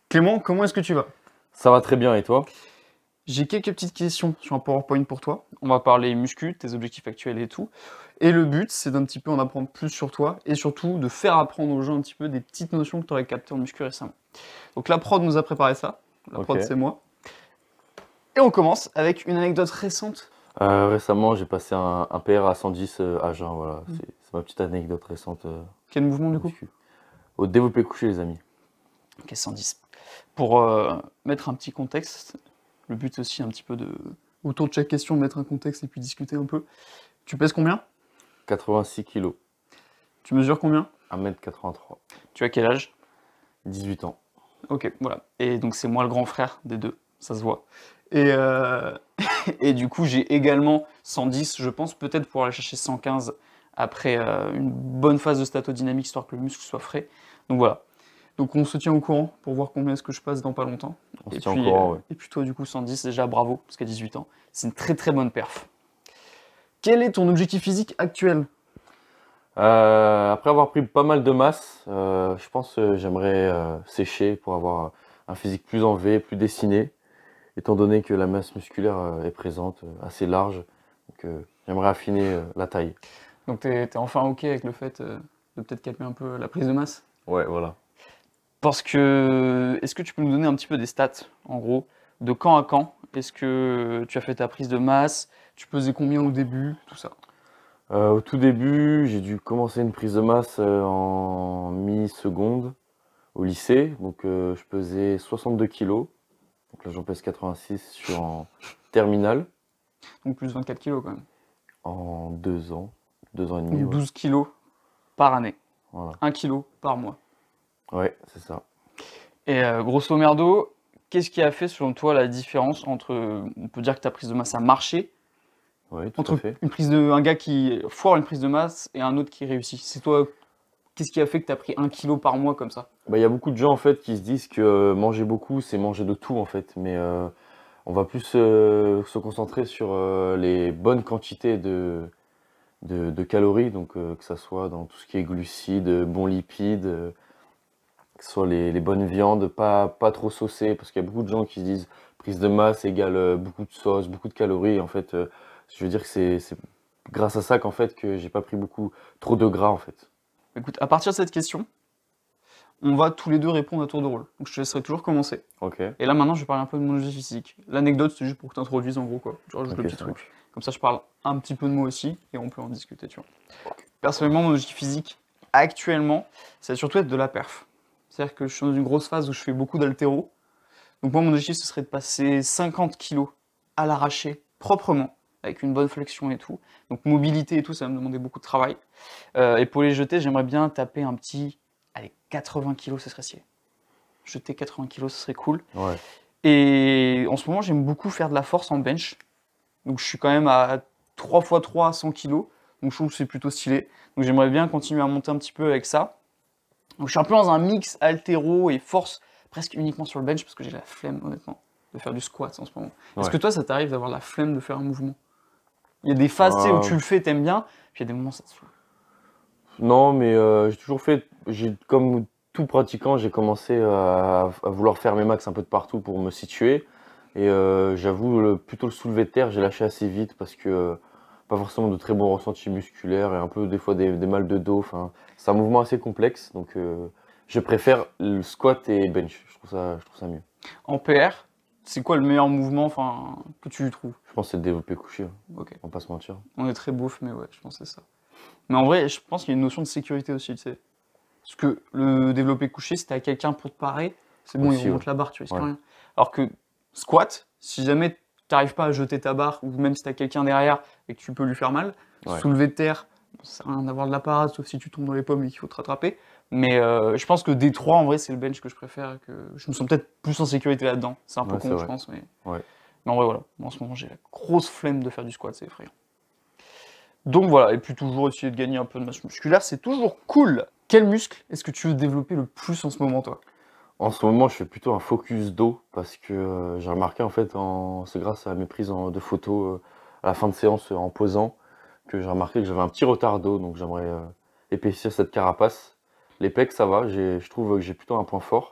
Clément, comment est-ce que tu vas? Ça va très bien et toi? J'ai quelques petites questions sur un PowerPoint pour toi. On va parler muscu, tes objectifs actuels et tout. Et le but, c'est d'un petit peu en apprendre plus sur toi et surtout de faire apprendre aux gens un petit peu des petites notions que tu aurais captées en muscu récemment. Donc la prod nous a préparé ça. La Ok. prod, c'est moi. Et on commence avec une anecdote récente. Récemment, j'ai passé un PR à 110 à jeun, voilà. Hmm. C'est ma petite anecdote récente Quel mouvement du coup? muscu. Au développé couché, les amis. Ok, 110. Pour mettre un petit contexte, le but c'est aussi un petit peu de, autour de chaque question, de mettre un contexte et puis discuter un peu. Tu pèses combien? 86 kilos, Tu mesures combien? 1m83, Tu as quel âge? 18 ans. Ok, voilà. Et donc c'est moi le grand frère des deux, ça se voit. Et, et du coup j'ai également 110, je pense peut-être pour aller chercher 115 après une bonne phase de statodynamique histoire que le muscle soit frais. Donc voilà. Donc on se tient au courant pour voir combien est-ce que je passe dans pas longtemps. On se tient au courant, ouais. Et puis toi du coup 110 déjà bravo parce qu'à 18 ans c'est une très très bonne perf. Quel est ton objectif physique actuel? Après avoir pris pas mal de masse, je pense que j'aimerais sécher pour avoir un physique plus en V, plus dessiné, étant donné que la masse musculaire est présente, assez large. Donc j'aimerais affiner la taille. Donc t'es enfin ok avec le fait de peut-être calmer un peu la prise de masse? Ouais, voilà. Parce que, est-ce que tu peux nous donner un petit peu des stats, en gros, de quand à quand? Est-ce que tu as fait ta prise de masse? Tu pesais combien au début? Tout ça. Au tout début, j'ai dû commencer une prise de masse en mi-seconde au lycée. Donc je pesais 62 kilos. Donc là j'en pèse 86, je suis en terminale Donc plus 24 kilos quand même. en 2 ans, 2 ans et demi, Donc ouais. 12 kilos par année. Voilà. 1 kilo par mois. Ouais, c'est ça. Et grosso merdo, qu'est-ce qui a fait selon toi la différence entre, on peut dire que ta prise de masse a marché, Oui, tout à entre fait. un gars qui foire une prise de masse et un autre qui réussit? C'est toi, qu'est-ce qui a fait que tu as pris 1 kilo par mois comme ça? Bah, il y a beaucoup de gens en fait qui se disent que manger beaucoup, c'est manger de tout en fait. Mais on va plus se concentrer sur les bonnes quantités de calories, donc que ça soit dans tout ce qui est glucides, bons lipides, que ce soit les bonnes viandes, pas trop saucées, parce qu'il y a beaucoup de gens qui se disent prise de masse égale beaucoup de sauce, beaucoup de calories. Et en fait, je veux dire que c'est grâce à ça qu'en fait que j'ai pas pris beaucoup trop de gras en fait. Écoute, à partir de cette question, on va tous les deux répondre à tour de rôle. Donc je te laisserai toujours commencer. Ok, Et là maintenant, je vais parler un peu de mon objectif physique. L'anecdote, c'est juste pour que tu introduises en gros quoi. Tu rajoutes le ok, petit ça truc. marche. Comme ça, je parle un petit peu de moi aussi et on peut en discuter, tu vois. Personnellement, mon objectif physique actuellement, c'est surtout être de la perf. C'est-à-dire que je suis dans une grosse phase où je fais beaucoup d'haltéro. Donc moi, mon objectif, ce serait de passer 50 kilos à l'arraché, proprement, avec une bonne flexion et tout. Donc mobilité et tout, ça va me demander beaucoup de travail. Et pour les jeter, j'aimerais bien taper un petit, allez, 80 kilos, ce serait stylé. Jeter 80 kilos, ce serait cool. Ouais, Et en ce moment, j'aime beaucoup faire de la force en bench. Donc je suis quand même à 3 x 3 à 100 kilos. Donc je trouve que c'est plutôt stylé. Donc j'aimerais bien continuer à monter un petit peu avec ça. Donc je suis un peu dans un mix altéro et force, presque uniquement sur le bench, parce que j'ai la flemme, honnêtement, de faire du squat en ce moment. Est-ce ouais. que toi, ça t'arrive d'avoir la flemme de faire un mouvement? Il y a des phases, tu sais, où Euh, tu le fais, t'aimes bien, puis il y a des moments, ça te saoule. non, mais j'ai toujours fait, comme tout pratiquant, j'ai commencé à vouloir faire mes max un peu de partout pour me situer. Et j'avoue, plutôt le soulevé de terre, j'ai lâché assez vite parce que pas forcément de très bons ressentis musculaires et un peu des fois des mal de dos. Enfin, c'est un mouvement assez complexe, donc je préfère le squat et bench. Je trouve ça mieux. En PR, c'est quoi le meilleur mouvement enfin, que tu trouves? Je pense que c'est le développé couché, hein, Ok, on va pas se mentir. on est très beauf, mais ouais, je pense que c'est ça. Mais en vrai, je pense qu'il y a une notion de sécurité aussi, tu sais. Parce que le développé couché, si t'as quelqu'un pour te parer, c'est bon, il Aussi, ouais. remonte la barre, tu risques Ouais, rien. Alors que squat, si jamais t'arrives pas à jeter ta barre, ou même si t'as quelqu'un derrière et que tu peux lui faire mal, ouais. soulever de terre, bon, ça sert à rien d'avoir de la parade, sauf si tu tombes dans les pommes et qu'il faut te rattraper. Mais je pense que des trois, en vrai, c'est le bench que je préfère, que je me sens peut-être plus en sécurité là-dedans. C'est un peu Ouais, c'est con, je vrai. pense, mais... Ouais. Mais en vrai, voilà. Moi, en ce moment, j'ai la grosse flemme de faire du squat, c'est effrayant. Donc voilà, et puis toujours essayer de gagner un peu de masse musculaire, c'est toujours cool. Quel muscle est-ce que tu veux développer le plus en ce moment, toi? En ce moment, je fais plutôt un focus dos parce que j'ai remarqué en fait, c'est grâce à mes prises de photos à la fin de séance en posant que j'ai remarqué que j'avais un petit retard dos, donc j'aimerais épaissir cette carapace. Les pecs, ça va, je trouve que j'ai plutôt un point fort.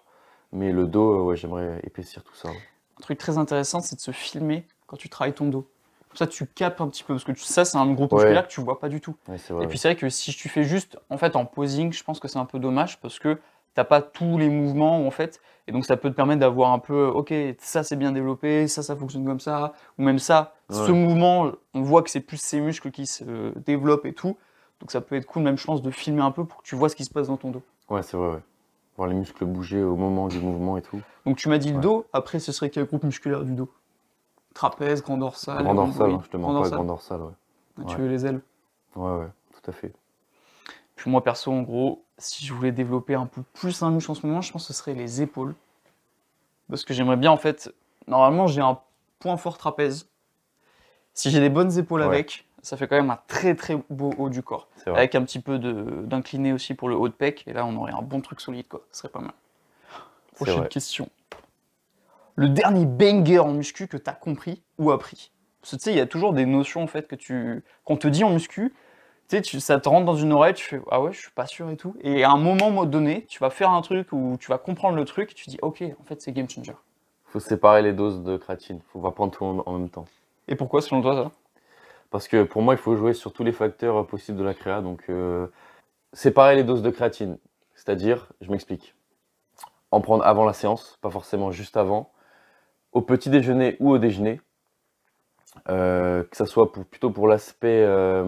Mais le dos, ouais, j'aimerais épaissir tout ça. Ouais. Un truc très intéressant, c'est de se filmer quand tu travailles ton dos. Comme ça, tu capes un petit peu, parce que ça, c'est un groupe musculaire que tu vois pas du tout. Ouais, c'est vrai. Et puis c'est vrai que si tu fais juste, en fait, en posing, je pense que c'est un peu dommage, parce que t'as pas tous les mouvements, en fait, et donc ça peut te permettre d'avoir un peu, ok, ça c'est bien développé, ça fonctionne comme ça, ou même ça, ce mouvement, on voit que c'est plus ses muscles qui se développent et tout, donc ça peut être cool, même je pense, de filmer un peu pour que tu vois ce qui se passe dans ton dos. Ouais, c'est vrai, ouais. Voir les muscles bouger au moment du mouvement et tout. Donc tu m'as dit le Ouais. dos, après ce serait quel groupe musculaire du dos? Trapèze, grand dorsal, Grand dorsal, rhomboïde, je te mens pas, grand dorsal, ouais. Ah, tu Ouais. veux les ailes? Ouais, tout à fait. Puis moi perso, en gros, si je voulais développer un peu plus un muscle en ce moment, je pense que ce serait les épaules. Parce que j'aimerais bien, en fait, normalement j'ai un point fort trapèze. Si j'ai des bonnes épaules Ouais. avec, ça fait quand même un très très beau haut du corps. C'est vrai. Avec un petit peu d'incliné aussi pour le haut de pec, et là on aurait un bon truc solide, quoi. Ce serait pas mal. C'est Prochaine vrai. question. Le dernier banger en muscu que t'as compris ou appris? Parce que tu sais, il y a toujours des notions en fait qu'on te dit en muscu, tu sais, ça te rentre dans une oreille, tu fais ah ouais, je suis pas sûr et tout. Et à un moment donné, tu vas faire un truc où tu vas comprendre le truc et tu dis ok, en fait c'est game changer. Faut séparer les doses de créatine. Faut pas prendre tout en même temps. Et pourquoi selon toi ça? Parce que pour moi, il faut jouer sur tous les facteurs possibles de la créa. Donc, séparer les doses de créatine. C'est-à-dire, je m'explique. En prendre avant la séance, pas forcément juste avant. Au petit déjeuner ou au déjeuner. Que ça soit plutôt pour l'aspect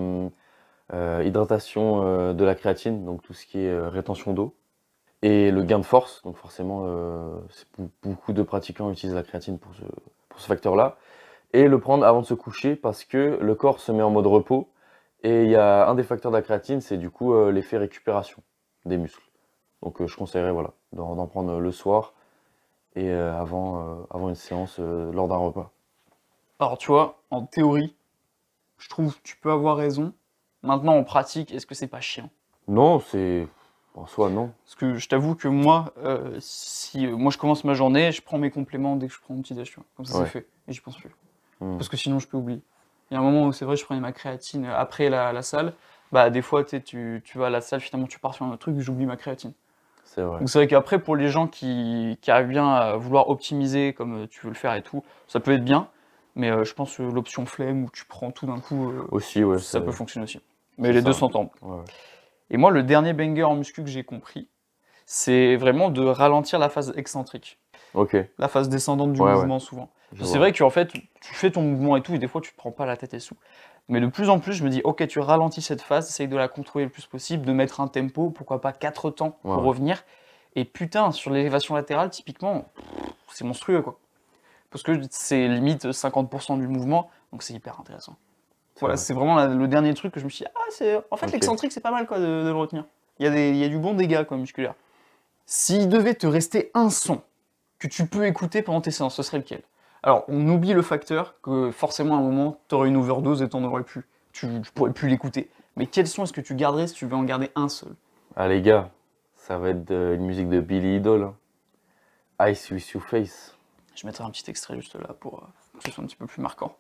hydratation de la créatine, donc tout ce qui est rétention d'eau. Et le gain de force, donc forcément, beaucoup de pratiquants utilisent la créatine pour ce facteur-là. Et le prendre avant de se coucher parce que le corps se met en mode repos. Et il y a un des facteurs de la créatine, c'est du coup l'effet récupération des muscles. Donc je conseillerais voilà, d'en prendre le soir et avant une séance lors d'un repas. Alors tu vois, en théorie, je trouve que tu peux avoir raison. Maintenant en pratique, est-ce que c'est pas chiant? Non, c'est en soi non. Parce que je t'avoue que moi, si moi je commence ma journée, je prends mes compléments dès que je prends mon petit déj, tu vois. Comme ça Ouais. c'est fait, et j'y pense plus. Hmm. Parce que sinon je peux oublier. Il y a un moment où c'est vrai, je prenais ma créatine après la salle, bah des fois tu sais, tu vas à la salle, finalement tu pars sur un autre truc, j'oublie ma créatine. C'est vrai. Donc c'est vrai qu'après pour les gens qui arrivent bien à vouloir optimiser comme tu veux le faire et tout, ça peut être bien, mais je pense que l'option flemme où tu prends tout d'un coup, Aussi, ouais. ça peut fonctionner aussi. Mais c'est les ça. deux s'entendent. Ouais. Et moi le dernier banger en muscu que j'ai compris, c'est vraiment de ralentir la phase excentrique. Ok. La phase descendante du Ouais, mouvement souvent. Je C'est vois. vrai qu'en fait, tu fais ton mouvement et tout, et des fois tu te prends pas la tête et tout. Mais de plus en plus, je me dis, ok, tu ralentis cette phase, essaye de la contrôler le plus possible, de mettre un tempo, pourquoi pas 4 temps pour Ouais. revenir. Et putain, sur l'élévation latérale, typiquement, c'est monstrueux quoi. Parce que c'est limite 50% du mouvement, donc c'est hyper intéressant. Voilà, vrai. c'est vraiment le dernier truc que je me suis dit, en fait Ok. l'excentrique c'est pas mal quoi de le retenir. Il y a du bon dégât quoi musculaire. S'il devait te rester un son que tu peux écouter pendant tes séances, ce serait lequel? Alors, on oublie le facteur que forcément à un moment, tu aurais une overdose et t'en aurais plus. Tu pourrais plus l'écouter. Mais quel son est-ce que tu garderais si tu veux en garder un seul? Ah les gars, ça va être une musique de Billy Idol. Hein. Ice with your face. Je mettrai un petit extrait juste là pour que ce soit un petit peu plus marquant.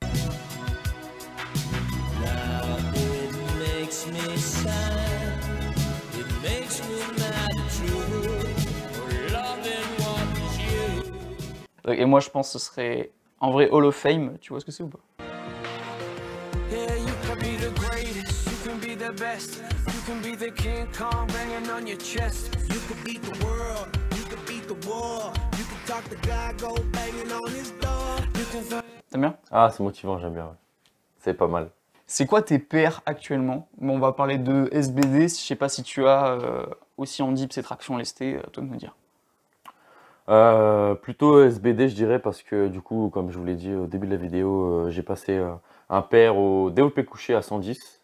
Et moi je pense que ce serait en vrai Hall of Fame, tu vois ce que c'est ou pas? T'aimes bien? Ah, c'est motivant, j'aime bien. Ouais. C'est pas mal. C'est quoi tes pairs actuellement? Bon, on va parler de SBD, je sais pas si tu as aussi en dips et traction lestée, à toi de me dire. Plutôt SBD, je dirais, parce que du coup, comme je vous l'ai dit au début de la vidéo, j'ai passé un pair au développé couché à 110.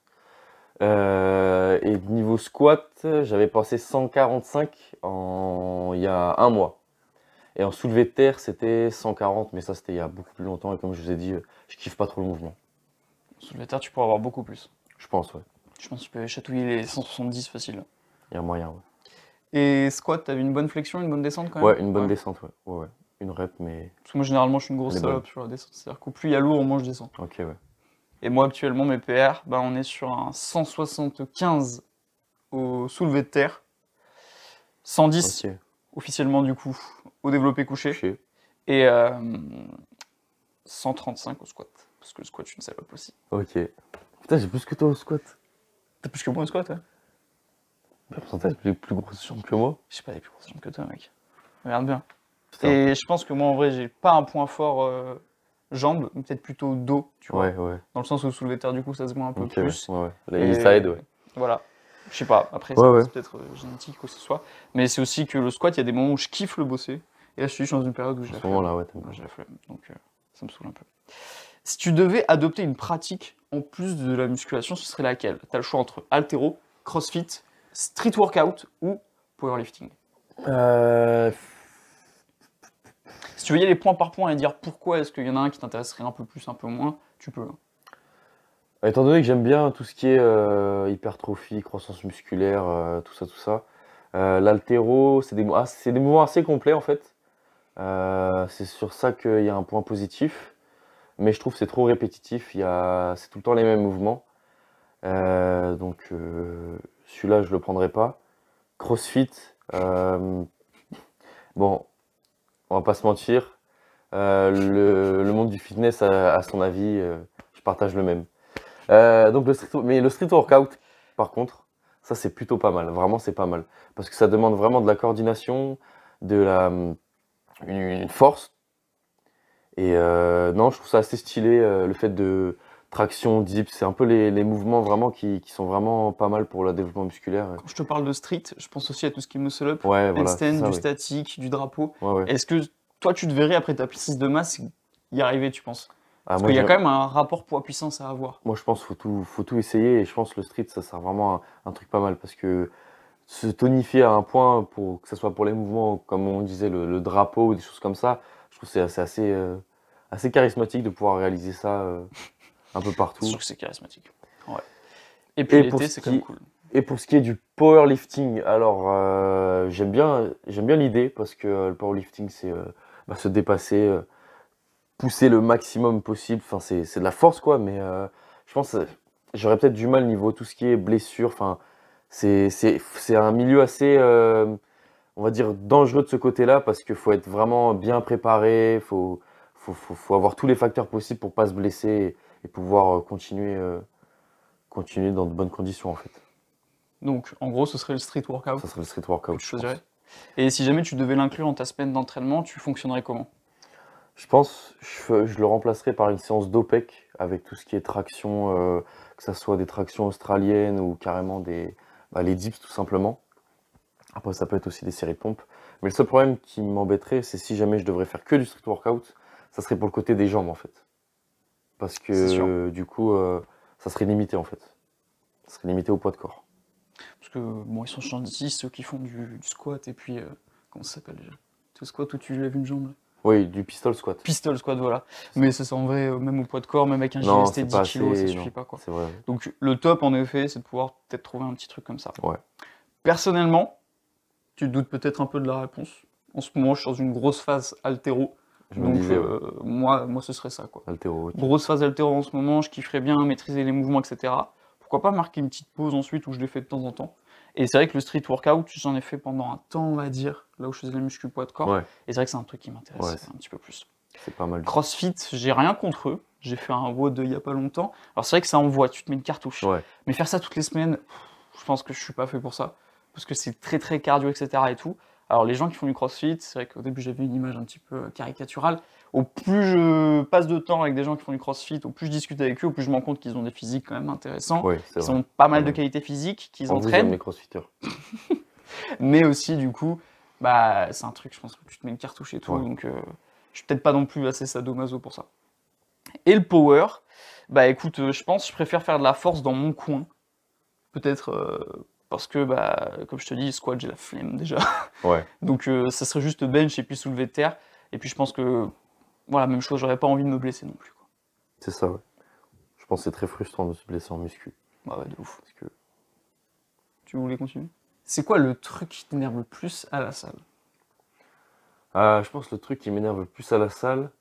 Et niveau squat, j'avais passé 145 il y a un mois. Et en soulevé de terre, c'était 140, mais ça c'était il y a beaucoup plus longtemps. Et comme je vous ai dit, je kiffe pas trop le mouvement. Soulevé de terre, tu pourras avoir beaucoup plus. Je pense, ouais. Je pense que tu peux chatouiller les 170 facile. Il y a moyen, ouais. Et squat, t'avais une bonne flexion, une bonne descente quand même? Ouais, une bonne descente, ouais. Ouais. Une rep, mais. Parce que moi généralement je suis une grosse Elle est bonne. salope sur la descente, c'est-à-dire qu'au plus il y a lourd, au moins je descends. Ok, ouais. Et moi actuellement mes PR, bah, on est sur un 175 au soulevé de terre, 110 Ok. officiellement du coup au développé couché Couché. et 135 au squat. Parce que le squat, je ne sais pas possible. Ok. Putain, j'ai plus que toi au squat. T'as plus que moi au squat, hein? Pourtant, t'as plus grosses jambes que moi. Je sais pas, des plus grosses jambes que toi, mec. Regarde bien. Putain. Et je pense que moi, en vrai, j'ai pas un point fort jambes, mais peut-être plutôt dos, tu vois. Ouais, ouais. Dans le sens où soulever terre, du coup, ça se voit un peu Ok, plus. ouais, ouais. Et L'inside, ouais. voilà. Je sais pas, après, Ouais, ouais. c'est peut-être génétique ou quoi que ce soit. Mais c'est aussi que le squat, il y a des moments où je kiffe le bosser. Et là, je suis dans une période où j'ai En la ce moment-là, flemme. ouais, t'aimes pas. J'ai la flemme. Donc, ça me saoule un peu. Si tu devais adopter une pratique en plus de la musculation, ce serait laquelle? Tu as le choix entre haltéro, crossfit, street workout ou powerlifting. Euh, Si tu veux y aller point par point et dire pourquoi est-ce qu'il y en a un qui t'intéresserait un peu plus, un peu moins, tu peux. Étant donné que j'aime bien tout ce qui est hypertrophie, croissance musculaire, tout ça, l'haltéro, c'est des mouvements assez complets en fait. C'est sur ça qu'il y a un point positif, mais je trouve que c'est trop répétitif. C'est tout le temps les mêmes mouvements. Donc celui-là, je le prendrai pas. CrossFit, bon, on va pas se mentir. Le monde du fitness a son avis, je partage le même. Donc mais le street workout, par contre, ça c'est plutôt pas mal. Vraiment, c'est pas mal. Parce que ça demande vraiment de la coordination, une force. Et non, je trouve ça assez stylé, le fait de traction, dips, c'est un peu les mouvements vraiment qui sont vraiment pas mal pour le développement musculaire. Quand je te parle de street, je pense aussi à tout ce qui est muscle up, Ouais, voilà, c'est handstand, ça, du ouais. statique, du drapeau. Ouais, ouais. Est-ce que toi, tu te verrais, après ta prise de masse, y arriver, tu penses? Ah, Parce moi, qu'il y a quand même un rapport poids-puissance à avoir. je pense qu'il faut tout essayer et je pense que le street, ça sert vraiment à un truc pas mal parce que se tonifier à un point, pour que ce soit pour les mouvements, comme on disait, le drapeau ou des choses comme ça, je trouve que c'est assez charismatique de pouvoir réaliser ça un peu C'est partout. sûr que c'est charismatique. Ouais. Et puis Et pour l'été, ce c'est quand même qui, cool. et pour ce qui est du powerlifting, alors j'aime bien l'idée parce que le powerlifting, c'est se dépasser, pousser le maximum possible. Enfin, c'est de la force, quoi, mais je pense que j'aurais peut-être du mal niveau tout ce qui est blessure. Enfin, c'est un milieu assez, on va dire, dangereux de ce côté-là parce qu'il faut être vraiment bien préparé, faut avoir tous les facteurs possibles pour pas se blesser et pouvoir continuer dans de bonnes conditions, en fait. Donc, en gros, ce serait le street workout Ça serait le street que workout, tu je choisirais. pense. Et si jamais tu devais l'inclure dans ta semaine d'entraînement, tu fonctionnerais comment? Je pense je le remplacerai par une séance d'OPEC avec tout ce qui est traction, que ça soit des tractions australiennes ou carrément les dips tout simplement. Après ça peut être aussi des séries de pompes. Mais le seul problème qui m'embêterait, c'est si jamais je devrais faire que du street workout, ça serait pour le côté des jambes en fait. Parce C'est sûr. que du coup, ça serait limité en fait. Ça serait limité au poids de corps. Parce que, bon, ils sont gentils, ceux qui font du squat, et puis, comment ça s'appelle déjà? Le squat où tu lèves une jambe, là. Oui, du pistol squat. Pistol squat, voilà. Mais ça, c'est en vrai, même au poids de corps, même avec un gilet Non, ST c'est pas 10 kg, ça assez. suffit Non, pas, quoi. c'est vrai. Donc, le top, en effet, c'est de pouvoir peut-être trouver un petit truc comme ça. Ouais. Personnellement, tu te doutes peut-être un peu de la réponse. En ce moment, je suis dans une grosse phase haltéro. Je me Donc, disais, ouais. moi, ce serait ça, quoi. Haltéro, ok. Grosse phase haltéro en ce moment, je kifferais bien maîtriser les mouvements, etc. Pourquoi pas marquer une petite pause ensuite où je les fais de temps en temps. Et c'est vrai que le street workout, j'en ai fait pendant un temps, on va dire, là où je faisais la muscu poids de corps. Ouais, Et c'est vrai que c'est un truc qui m'intéresse ouais, un petit peu plus. c'est pas mal. CrossFit, j'ai rien contre eux. J'ai fait un WOD il y a pas longtemps. Alors c'est vrai que ça envoie, tu te mets une cartouche. Ouais. Mais faire ça toutes les semaines, je pense que je suis pas fait pour ça. Parce que c'est très très cardio, etc. et tout. Alors les gens qui font du CrossFit, c'est vrai qu'au début j'avais une image un petit peu caricaturale. Au plus je passe de temps avec des gens qui font du CrossFit, au plus je discute avec eux, au plus je me rends compte qu'ils ont des physiques quand même intéressants, Ouais, c'est qu'ils vrai. ont pas mal Quand de même. qualités physiques, qu'ils On vous aime entraînent, les crossfitters. mais aussi du coup, bah c'est un truc, je pense que tu te mets une cartouche et tout, Ouais. donc je suis peut-être pas non plus assez sadomaso pour ça. Et le power, bah écoute, je pense que je préfère faire de la force dans mon coin. Peut-être parce que, bah, comme je te dis, squat, j'ai la flemme déjà. Ouais. Donc ça serait juste bench et puis soulever de terre. Et puis je pense que, voilà, même chose, j'aurais pas envie de me blesser non plus, quoi. C'est ça, ouais. Je pense que c'est très frustrant de se blesser en muscu. Bah ouais, de ouf. Parce que Tu voulais continuer? C'est quoi le truc qui t'énerve le plus à la salle? je pense que le truc qui m'énerve le plus à la salle,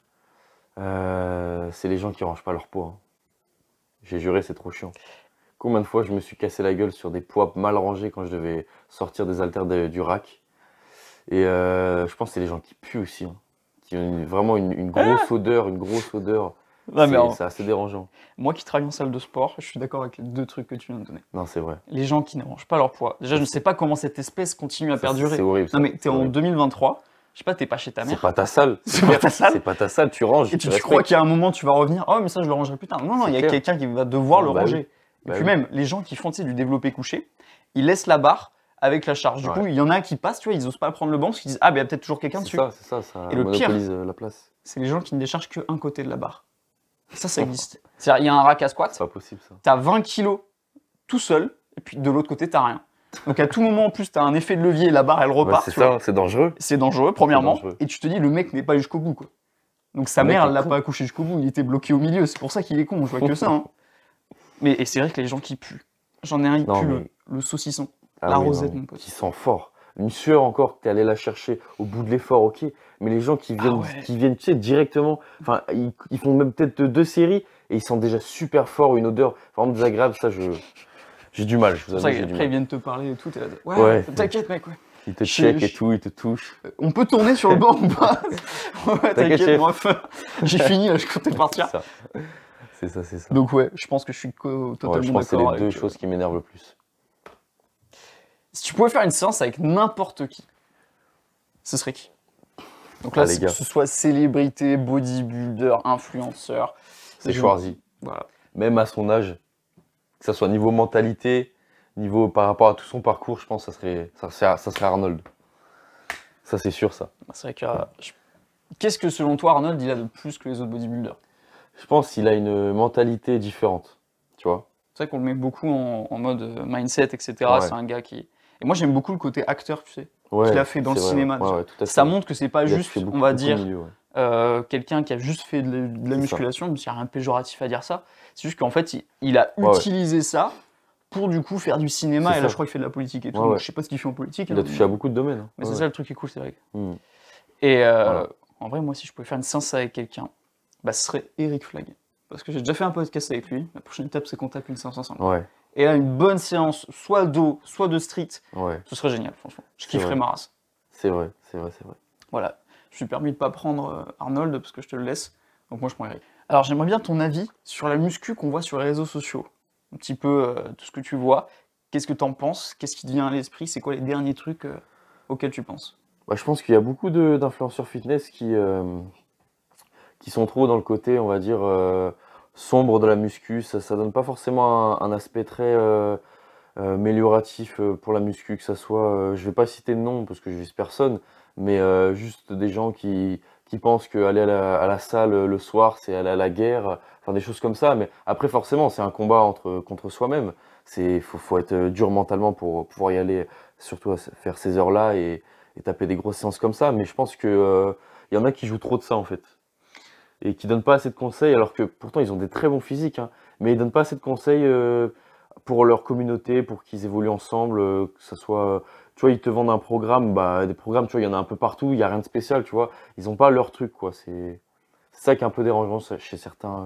c'est les gens qui rangent pas leur poids, hein. J'ai juré, c'est trop chiant. Combien de fois je me suis cassé la gueule sur des poids mal rangés quand je devais sortir des haltères du rack. Et je pense que c'est les gens qui puent aussi, hein, qui ont vraiment une grosse odeur, Ouais, mais c'est assez dérangeant. moi qui travaille en salle de sport, je suis d'accord avec les 2 trucs que tu viens de donner. Non, c'est vrai. Les gens qui ne rangent pas leur poids. Déjà, je ne sais pas comment cette espèce continue à Ça, perdurer. c'est horrible. Non, Ça. mais t'es C'est en horrible. 2023, je sais pas, t'es pas chez ta C'est mère. pas ta salle. C'est pas ta salle. C'est pas ta salle, tu ranges. Et tu respectes. crois qu'à un moment tu vas revenir, oh mais ça je le rangerai plus tard. Non, non, C'est il y a clair. quelqu'un qui va devoir le Bah ranger. oui. Et Bah puis oui. même, les gens qui font tu sais, du développé couché, ils laissent la barre avec la charge. Du Ouais. coup, il y en a qui passent, tu vois, ils osent pas prendre le banc parce qu'ils disent, ah ben il y a peut-être toujours quelqu'un dessus. C'est ça Et le pire, monopolise la place. c'est les gens qui ne déchargent qu'un côté de la barre. Ça existe. C'est-à-dire, il y a un rack à squat, C'est pas possible ça. t'as 20 kilos tout seul, et puis de l'autre côté, t'as rien. Donc à tout moment, en plus, t'as un effet de levier et la barre, elle repart. C'est tu vois. ça, c'est dangereux. C'est dangereux, premièrement. dangereux. Et tu te dis, le mec n'est pas jusqu'au bout, quoi. Donc sa Le mec mère, est elle l'a con. pas accouché jusqu'au bout, il était bloqué au milieu. C'est pour ça qu'il est con, je vois que ça. Hein. Mais et c'est vrai que les gens qui puent. J'en ai un, il Non, pue mais- le saucisson. Ah La oui, non, rosette, mais mon pote. qui sent fort. Une sueur encore que t'es allé la chercher au bout de l'effort, ok. Mais les gens qui Ah viennent, ouais. tu sais, directement, enfin, ils font même peut-être 2 séries et ils sentent déjà super fort une odeur vraiment désagréable. Ça, j'ai du mal. Je C'est vous pour ça avoue, j'ai du qu'après, ils mal. viennent te parler et tout. T'es là, ouais, Ouais. t'inquiète, mec, ouais. Ils te Je- checkent et je- tout, ils te touchent. On peut tourner sur le banc ou pas? Ouais, t'inquiète, chef. moi, j'ai fini, là, je comptais C'est partir. ça. C'est ça, c'est ça. Donc ouais, je pense que je suis Ouais, totalement je pense que c'est d'accord les deux avec, choses qui m'énervent le plus. Si tu pouvais faire une séance avec n'importe qui, ce serait qui? Donc là, Ah, les que gars. ce soit célébrité, bodybuilder, influenceur. C'est je- Schwarzy. Voilà. Même à son âge, que ça soit niveau mentalité, niveau par rapport à tout son parcours, je pense que ça serait Arnold. Ça, c'est sûr, ça. C'est vrai que. Qu'est-ce que selon toi, Arnold, il a de plus que les autres bodybuilders? Je pense qu'il a une mentalité différente, tu vois. C'est vrai qu'on le met beaucoup en mode mindset, etc. Ouais. C'est un gars qui. Et moi, j'aime beaucoup le côté acteur, tu sais. Ouais, Qu'il a fait dans c'est le vrai, cinéma, ouais, déjà. ouais, tout à fait. Ça montre que c'est pas Il a juste, fait beaucoup, on va beaucoup de dire, milieux, ouais. quelqu'un qui a juste fait de la C'est musculation, même s'il n'y a rien de péjoratif à dire ça. C'est juste qu'en fait, il a Ouais, ouais. utilisé ça pour du coup faire du cinéma. C'est Et là, ça. je crois qu'il fait de la politique et tout. Ouais, Donc, ouais. je sais pas ce qu'il fait en politique. Il hein, a touché à beaucoup de domaines. hein. mais Ouais, c'est ouais. ça le truc qui est cool, c'est vrai. Hmm. Et Voilà. en vrai, moi, si je pouvais faire une séance avec quelqu'un, bah, ce serait Eric Flag. Parce que j'ai déjà fait un podcast avec lui. La prochaine étape, c'est qu'on tape une séance ensemble. Ouais, Et là, une bonne séance, soit d'eau, soit de street, ouais. ce serait génial, franchement. Je C'est kifferais vrai. ma race. C'est vrai, c'est vrai, c'est vrai. Voilà. Je me suis permis de pas prendre Arnold parce que je te le laisse. Donc moi, je prends Eric. Alors, j'aimerais bien ton avis sur la muscu qu'on voit sur les réseaux sociaux. Un petit peu tout ce que tu vois. Qu'est-ce que t'en penses? Qu'est-ce qui te vient à l'esprit? C'est quoi les derniers trucs auxquels tu penses? Bah, je pense qu'il y a beaucoup d'influenceurs fitness qui sont trop dans le côté, on va dire, sombre de la muscu. Ça donne pas forcément un aspect très amélioratif pour la muscu, que ça soit, je vais pas citer de nom parce que je vise personne, mais juste des gens qui pensent qu'aller à la salle le soir, c'est aller à la guerre, enfin des choses comme ça. Mais après, forcément, c'est un combat contre soi-même. Faut être dur mentalement pour pouvoir y aller, surtout à faire ces heures-là et taper des grosses séances comme ça. Mais je pense que y en a qui jouent trop de ça en fait et qui donnent pas assez de conseils, alors que pourtant ils ont des très bons physiques, hein, mais ils donnent pas assez de conseils pour leur communauté, pour qu'ils évoluent ensemble, que ça soit, tu vois, ils te vendent un programme, bah, des programmes, tu vois, il y en a un peu partout, il y a rien de spécial, tu vois, ils ont pas leur truc, quoi, c'est ça qui est un peu dérangeant chez certains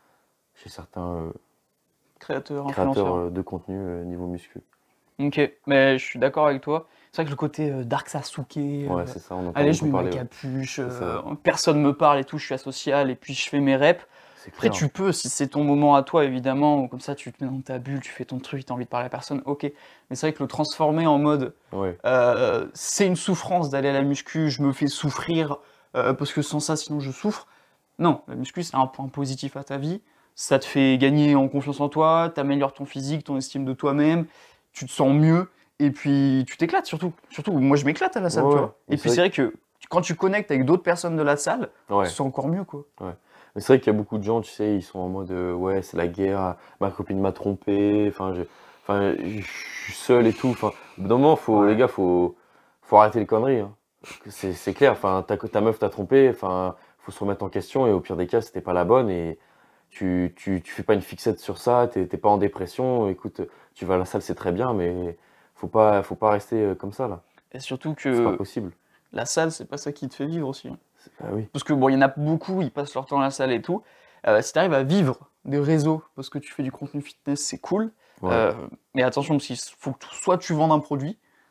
Créateur, créateurs influenceur. de contenu niveau muscu. Ok, mais je suis d'accord avec toi. C'est vrai que le côté Dark Sasuke, Ouais, c'est ça, on entend allez, je beaucoup mets ma parler, ouais. capuche, C'est ça. personne me parle et tout, je suis asocial et puis je fais mes reps. C'est Après, clair. tu peux, si c'est ton moment à toi, évidemment, ou comme ça, tu te mets dans ta bulle, tu fais ton truc, t'as envie de parler à personne, ok. Mais c'est vrai que le transformer en mode, Ouais, c'est une souffrance d'aller à la muscu, je me fais souffrir, parce que sans ça, sinon je souffre. Non, la muscu, c'est un point positif à ta vie. Ça te fait gagner en confiance en toi, t'améliores ton physique, ton estime de toi-même, tu te sens mieux, et puis tu t'éclates surtout. Surtout, moi je m'éclate à la salle, Ouais, tu ouais. vois. Mais Et puis c'est c'est vrai que quand tu connectes avec d'autres personnes de la salle, ouais. c'est encore mieux, quoi. Mais c'est vrai qu'il y a beaucoup de gens, tu sais, ils sont en mode ouais, c'est la guerre, ma copine m'a trompé, je suis seul et tout. Enfin, au bout d'un moment, Ouais. les gars, faut arrêter les conneries. Hein. C'est clair, enfin, ta meuf t'a trompé, enfin, faut se remettre en question et au pire des cas, c'était pas la bonne et tu fais pas une fixette sur ça, t'es pas en dépression. Écoute, tu vas à la salle, c'est très bien, mais faut pas rester comme ça là. Et surtout C'est pas que possible. la salle, c'est pas ça qui te fait vivre aussi. Hein. Ah oui. Parce que bon, il y en a beaucoup, ils passent leur temps à la salle et tout. Si tu arrives à vivre des réseaux parce que tu fais du contenu fitness, c'est cool. Ouais. Mais attention, parce qu'il faut que soit tu vends un produit,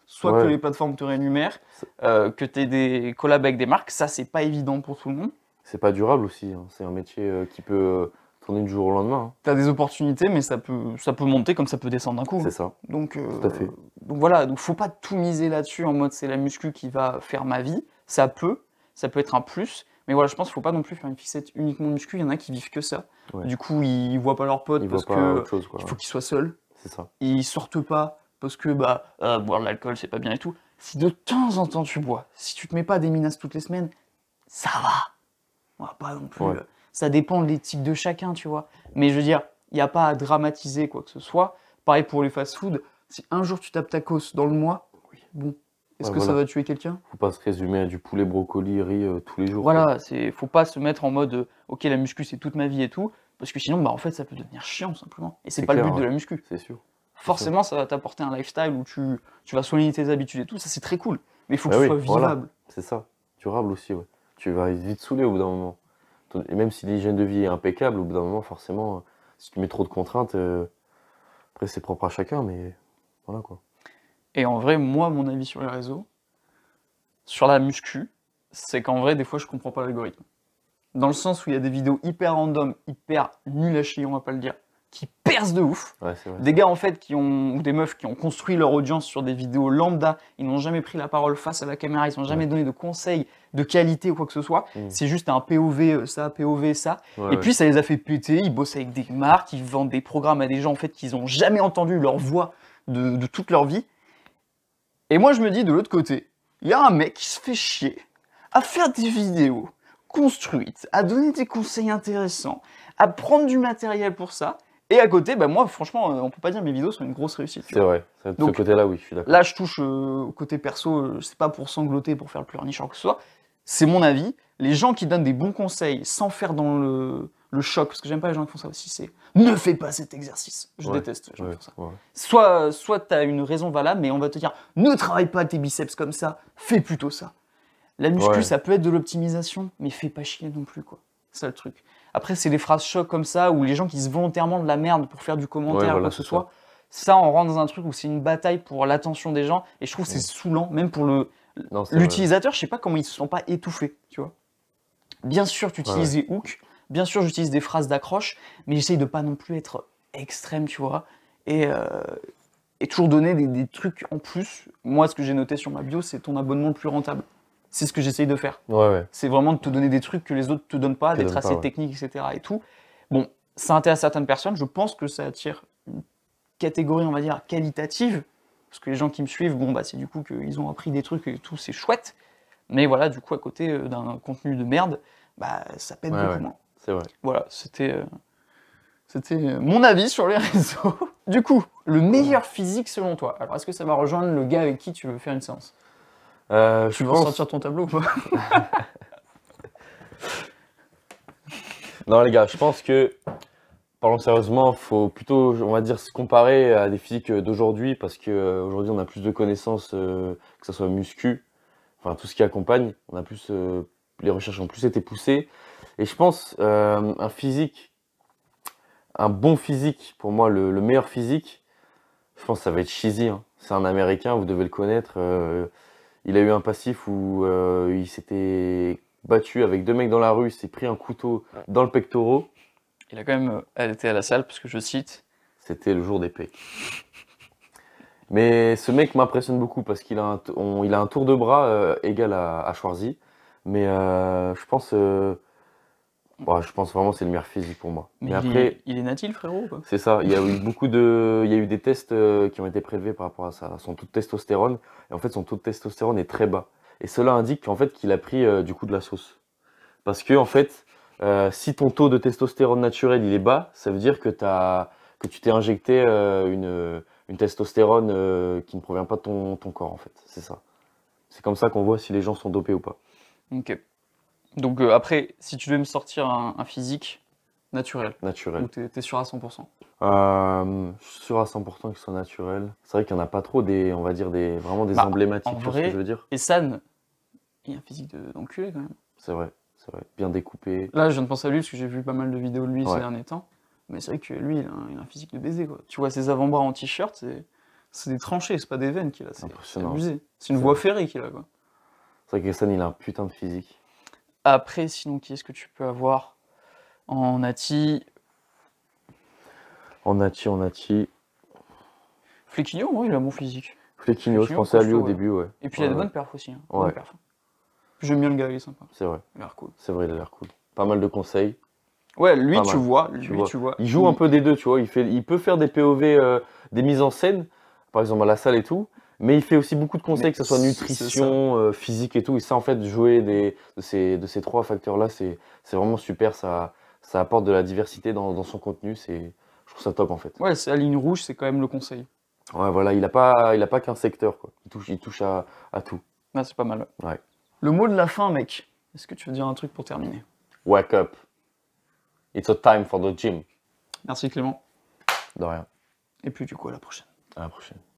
soit que Ouais. les plateformes te rémunèrent, que tu aies des collabs avec des marques. Ça, c'est pas évident pour tout le monde. C'est pas durable aussi, hein. C'est un métier qui peut tourner du jour au lendemain, hein. Tu as des opportunités, mais ça peut monter comme ça peut descendre d'un coup. C'est Hein. ça, Donc, tout à fait. donc voilà, donc faut pas tout miser là-dessus en mode c'est la muscu qui va faire ma vie. Ça peut être un plus, mais voilà, je pense qu'il faut pas non plus faire une fixette uniquement muscu. Il y en a qui vivent que ça. Ouais. Du coup, ils voient pas leurs potes Ils parce voient pas que autre chose, quoi. il faut qu'ils soient seuls. C'est ça. Ils sortent pas parce que boire de l'alcool c'est pas bien et tout. Si de temps en temps tu bois, si tu te mets pas des menaces toutes les semaines, ça va. On va pas non plus. Ouais. Ça dépend de l'éthique de chacun, tu vois. Mais je veux dire, il n'y a pas à dramatiser quoi que ce soit. Pareil pour les fast-food. Si un jour tu tapes tacos dans le mois, Oui. bon, est-ce Ouais, que ça voilà. va tuer quelqu'un? Faut pas se résumer à du poulet, brocoli, riz tous les jours, quoi. Voilà, faut pas se mettre en mode ok la muscu c'est toute ma vie et tout, parce que sinon bah en fait ça peut devenir chiant simplement. Et c'est C'est pas le clair, but de ouais. la muscu. C'est sûr. Forcément, ça va t'apporter un lifestyle où tu vas soigner tes habitudes et tout, ça c'est très cool. Mais il faut que Bah ce oui, soit voilà. vivable. C'est ça. Durable aussi, ouais. Tu vas vite saouler au bout d'un moment. Et même si l'hygiène de vie est impeccable, au bout d'un moment, forcément, si tu mets trop de contraintes, après c'est propre à chacun, mais voilà quoi. Et en vrai, moi, mon avis sur les réseaux, sur la muscu, c'est qu'en vrai, des fois, je comprends pas l'algorithme. Dans le sens où il y a des vidéos hyper random, hyper nulles à chier, on va pas le dire, qui percent de ouf. Ouais, c'est vrai. Des gars, en fait, ou des meufs qui ont construit leur audience sur des vidéos lambda, ils n'ont jamais pris la parole face à la caméra, ils n'ont jamais Ouais. donné de conseils de qualité ou quoi que ce soit. Mm. C'est juste un POV, ça, POV, ça. Ouais, Et ouais. puis, ça les a fait péter, ils bossent avec des marques, ils vendent des programmes à des gens, en fait, qu'ils n'ont jamais entendu leur voix de toute leur vie. Et moi, je me dis, de l'autre côté, il y a un mec qui se fait chier à faire des vidéos construites, à donner des conseils intéressants, à prendre du matériel pour ça. Et à côté, bah moi, franchement, on peut pas dire que mes vidéos sont une grosse réussite. tu C'est vois. vrai. De ce Donc, côté-là, oui, je suis d'accord. Là, je touche au côté perso, c'est pas pour sangloter, pour faire le pleurnichard que ce soit. C'est mon avis. Les gens qui donnent des bons conseils sans faire dans le choc, parce que j'aime pas les gens qui font ça aussi, c'est ne fais pas cet exercice. Je Ouais, déteste les gens ouais, qui font ça. ouais. Soit tu as une raison valable, mais on va te dire ne travaille pas tes biceps comme ça, fais plutôt ça. La muscu, Ouais. ça peut être de l'optimisation, mais fais pas chier non plus, quoi. C'est ça le truc. Après, c'est des phrases chocs comme ça, ou les gens qui se volontairement de la merde pour faire du commentaire, Ouais, voilà, quoi que ce c'est soit. Ça, on rentre dans un truc où c'est une bataille pour l'attention des gens, et je trouve que c'est saoulant, même pour Non, c'est vrai. l'utilisateur, je sais pas comment ils se sont pas étouffés, tu vois. Bien sûr, tu utilises des hooks, bien sûr, j'utilise des phrases d'accroche, mais j'essaye de pas non plus être extrême, tu vois, et toujours donner des trucs en plus. Moi, ce que j'ai noté sur ma bio, c'est ton abonnement le plus rentable. C'est ce que j'essaye de faire. Ouais, ouais. C'est vraiment de te donner des trucs que les autres te donnent pas, Te d'être donnent assez pas, ouais. technique, etc. et tout. Bon, ça intéresse certaines personnes, je pense que ça attire une catégorie, on va dire, qualitative, parce que les gens qui me suivent, bon, bah, c'est du coup qu'ils ont appris des trucs et tout, c'est chouette. Mais voilà, du coup, à côté d'un contenu de merde, bah, ça pète Ouais, beaucoup ouais. moins. C'est vrai. Voilà, c'était mon avis sur les réseaux. Du coup, le meilleur physique selon toi. Alors, est-ce que ça va rejoindre le gars avec qui tu veux faire une séance? Tu Je veux pense... ressortir ton tableau ou pas? Non, les gars, je pense que, parlons sérieusement, faut plutôt, on va dire, se comparer à des physiques d'aujourd'hui, parce que aujourd'hui, on a plus de connaissances, que ce soit muscu, enfin tout ce qui accompagne. On a plus, les recherches ont plus été poussées. Et je pense, un physique, un bon physique, pour moi, le meilleur physique, je pense que ça va être Cheesy, hein. C'est un Américain, vous devez le connaître. Il a eu un passif où il s'était battu avec deux mecs dans la rue, il s'est pris un couteau dans le pectoral. Il a quand même été à la salle, parce que je cite. C'était le jour des pecs. Mais ce mec m'impressionne beaucoup parce qu'il a il a un tour de bras égal à Schwarzy. Mais je pense vraiment que c'est le meilleur physique pour moi. Mais Mais après, il est natil, frérot, ou pas? c'est ça. Il y a eu il y a eu des tests qui ont été prélevés par rapport à ça, à son taux de testostérone. Et en fait, son taux de testostérone est très bas. Et cela indique qu'en fait, qu'il a pris du coup de la sauce. Parce que en fait, si ton taux de testostérone naturel il est bas, ça veut dire que tu t'es injecté une testostérone qui ne provient pas de ton corps en fait. C'est ça. C'est comme ça qu'on voit si les gens sont dopés ou pas. Ok. Donc après, si tu devais me sortir un physique naturel, Naturel. où t'es sûr à 100%. Je suis sûr à 100% qu'ils soient naturels. C'est vrai qu'il n'y en a pas trop on va dire vraiment des Bah, emblématiques, en tu vois ce que vrai, je veux dire? Et San, il a un physique d'enculé quand même. C'est vrai. Bien découpé. Là, je viens de penser à lui parce que j'ai vu pas mal de vidéos de lui ces Ouais. derniers temps. Mais c'est vrai que lui, il a un physique de baiser, quoi. Tu vois ses avant-bras en t-shirt, C'est des tranchées, c'est pas des veines qu'il a. C'est Impressionnant. abusé. C'est une C'est voie vrai. ferrée qu'il a, quoi. C'est vrai que Gaston, il a un putain de physique. Après, sinon, qui est-ce que tu peux avoir en Nati? En Nati. Flequinho, moi, il a un bon physique. Flequinho, je Flequinho, pensais à lui costaud, au ouais. début, ouais. Et puis il a des Ouais, bonnes perfs aussi. Hein. Ouais. Bonnes perfs. J'aime bien le gars, il est sympa. C'est vrai. Il a l'air cool. C'est vrai, il a l'air cool. Pas mal de conseils. Ouais, lui, Pas tu mal. vois. Tu Lui, vois. tu vois. Il joue un peu des deux, tu vois. Il peut faire des POV, des mises en scène, par exemple à la salle et tout. Mais il fait aussi beaucoup de conseils, Mais que ce soit c'est nutrition, physique et tout. Et ça, en fait, jouer de ces trois facteurs-là, c'est vraiment super. Ça apporte de la diversité dans son contenu. Je trouve ça top, en fait. Ouais, c'est la ligne rouge, c'est quand même le conseil. Ouais, voilà, il a pas qu'un secteur, quoi. Il touche à tout. Ah, c'est pas mal. Ouais. Le mot de la fin, mec. Est-ce que tu veux dire un truc pour terminer? Wake up. It's a time for the gym. Merci Clément. De rien. Et puis du coup, à la prochaine. À la prochaine.